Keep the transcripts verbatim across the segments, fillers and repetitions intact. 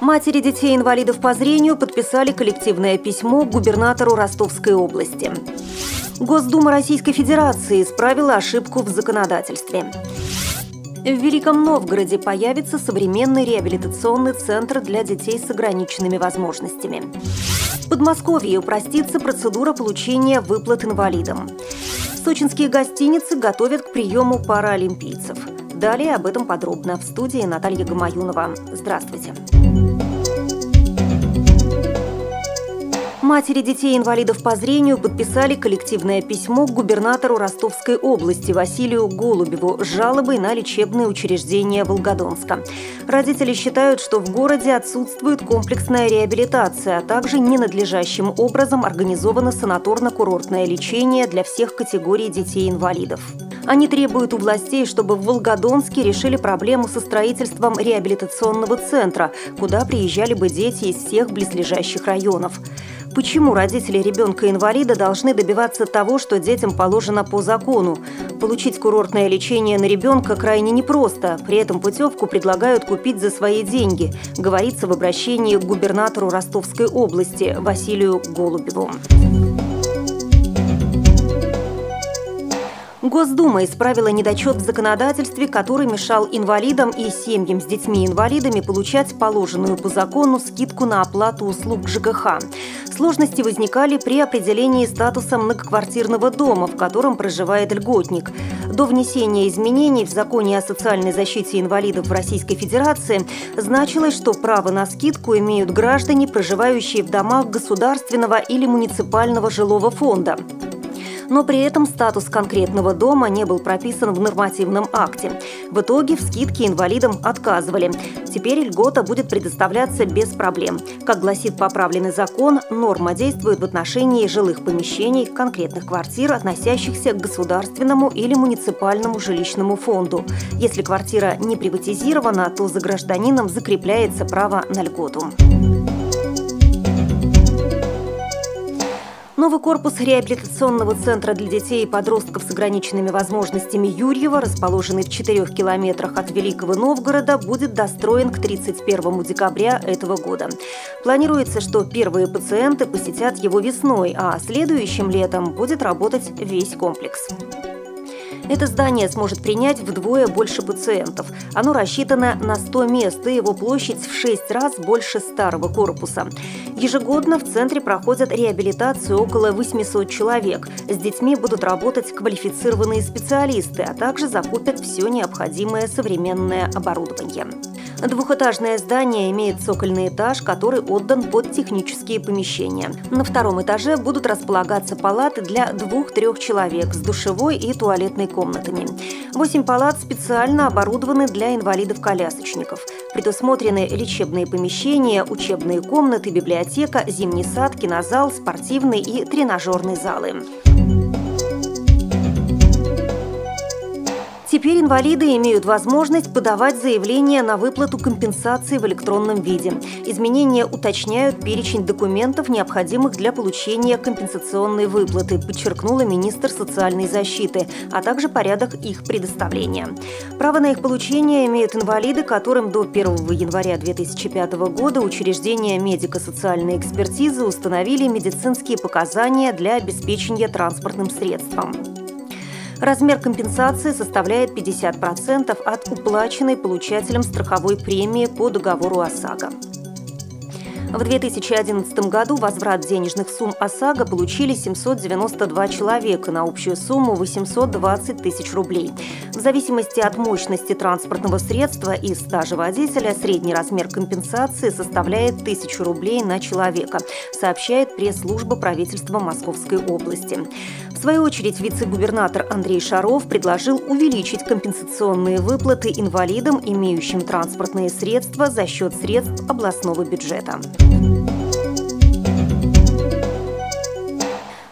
Матери детей-инвалидов по зрению подписали коллективное письмо губернатору Ростовской области. Госдума Российской Федерации исправила ошибку в законодательстве. В Великом Новгороде появится современный реабилитационный центр для детей с ограниченными возможностями. В Подмосковье упростится процедура получения выплат инвалидам. Сочинские гостиницы готовят к приему паралимпийцев. Далее об этом подробно в студии Наталья Гамаюнова. Здравствуйте. Матери детей-инвалидов по зрению подписали коллективное письмо к губернатору Ростовской области Василию Голубеву с жалобой на лечебные учреждения Волгодонска. Родители считают, что в городе отсутствует комплексная реабилитация, а также ненадлежащим образом организовано санаторно-курортное лечение для всех категорий детей-инвалидов. Они требуют у властей, чтобы в Волгодонске решили проблему со строительством реабилитационного центра, куда приезжали бы дети из всех близлежащих районов. Почему родители ребенка-инвалида должны добиваться того, что детям положено по закону? Получить курортное лечение на ребенка крайне непросто. При этом путевку предлагают купить за свои деньги, говорится в обращении к губернатору Ростовской области Василию Голубеву. Госдума исправила недочет в законодательстве, который мешал инвалидам и семьям с детьми-инвалидами получать положенную по закону скидку на оплату услуг ЖКХ. Сложности возникали при определении статуса многоквартирного дома, в котором проживает льготник. До внесения изменений в законе о социальной защите инвалидов в Российской Федерации значилось, что право на скидку имеют граждане, проживающие в домах государственного или муниципального жилого фонда. Но при этом статус конкретного дома не был прописан в нормативном акте. В итоге в скидке инвалидам отказывали. Теперь льгота будет предоставляться без проблем. Как гласит поправленный закон, норма действует в отношении жилых помещений, конкретных квартир, относящихся к государственному или муниципальному жилищному фонду. Если квартира не приватизирована, то за гражданином закрепляется право на льготу. Новый корпус реабилитационного центра для детей и подростков с ограниченными возможностями Юрьева, расположенный в четырех километрах от Великого Новгорода, будет достроен к тридцать первому декабря этого года. Планируется, что первые пациенты посетят его весной, а следующим летом будет работать весь комплекс. Это здание сможет принять вдвое больше пациентов. Оно рассчитано на сто мест, и его площадь в шесть раз больше старого корпуса. Ежегодно в центре проходят реабилитацию около восьмисот человек. С детьми будут работать квалифицированные специалисты, а также закупят все необходимое современное оборудование. Двухэтажное здание имеет цокольный этаж, который отдан под технические помещения. На втором этаже будут располагаться палаты для двух-трех человек с душевой и туалетной комнатами. Восемь палат специально оборудованы для инвалидов-колясочников. Предусмотрены лечебные помещения, учебные комнаты, библиотека, зимний сад, кинозал, спортивный и тренажерный залы. Теперь инвалиды имеют возможность подавать заявление на выплату компенсации в электронном виде. Изменения уточняют перечень документов, необходимых для получения компенсационной выплаты, подчеркнула министр социальной защиты, а также порядок их предоставления. Право на их получение имеют инвалиды, которым до первого января две тысячи пятого года учреждения медико-социальной экспертизы установили медицинские показания для обеспечения транспортным средством. Размер компенсации составляет пятьдесят процентов от уплаченной получателем страховой премии по договору ОСАГО. В две тысячи одиннадцатом году возврат денежных сумм ОСАГО получили семьсот девяносто два человека на общую сумму восемьсот двадцать тысяч рублей. В зависимости от мощности транспортного средства и стажа водителя средний размер компенсации составляет тысячу рублей на человека, сообщает пресс-служба правительства Московской области. В свою очередь вице-губернатор Андрей Шаров предложил увеличить компенсационные выплаты инвалидам, имеющим транспортные средства, за счет средств областного бюджета.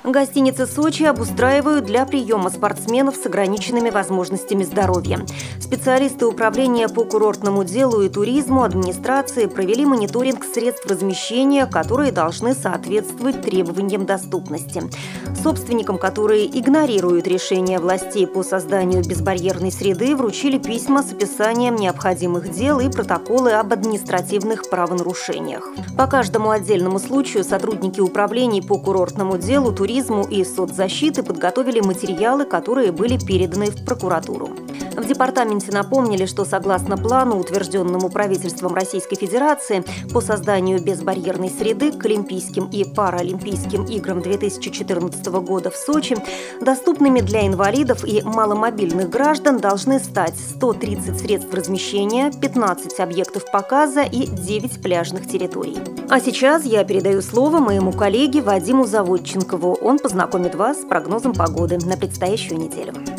Гостиницы Сочи обустраивают для приема спортсменов с ограниченными возможностями здоровья. Специалисты управления по курортному делу и туризму администрации провели мониторинг средств размещения, которые должны соответствовать требованиям доступности. Собственникам, которые игнорируют решения властей по созданию безбарьерной среды, вручили письма с описанием необходимых дел и протоколы об административных правонарушениях. По каждому отдельному случаю сотрудники управлений по курортному делу, туризму и соцзащиты подготовили материалы, которые были переданы в прокуратуру. В департаменте напомнили, что согласно плану, утвержденному правительством Российской Федерации по созданию безбарьерной среды к Олимпийским и Паралимпийским играм две тысячи четырнадцатого года в Сочи, доступными для инвалидов и маломобильных граждан должны стать сто тридцать средств размещения, пятнадцать объектов показа и девять пляжных территорий. А сейчас я передаю слово моему коллеге Вадиму Заводченкову. Он познакомит вас с прогнозом погоды на предстоящую неделю.